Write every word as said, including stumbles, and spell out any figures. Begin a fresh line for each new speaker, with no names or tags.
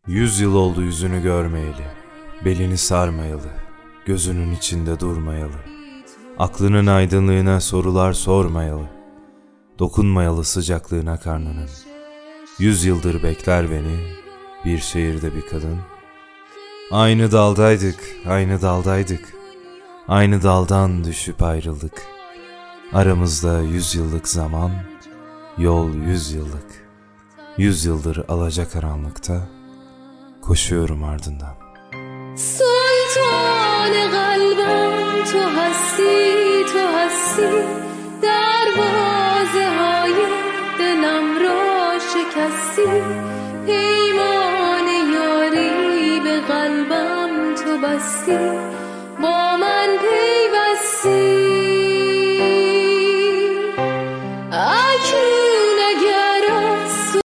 Yüz yıl oldu yüzünü görmeyeli, belini sarmayalı, gözünün içinde durmayalı, aklının aydınlığına sorular sormayalı, dokunmayalı sıcaklığına karnının. Yüz yıldır bekler beni, bir şehirde bir kadın. Aynı daldaydık, aynı daldaydık, aynı daldan düşüp ayrıldık. Aramızda yüz yıllık zaman, yol yüz yıllık. Yüz yıldır alacakaranlıkta, koşuyorum ardından.
Sultan kalbim tu hasti tu hasti darvaze hay dilam ra shikasti peyman yari be kalbim tu basti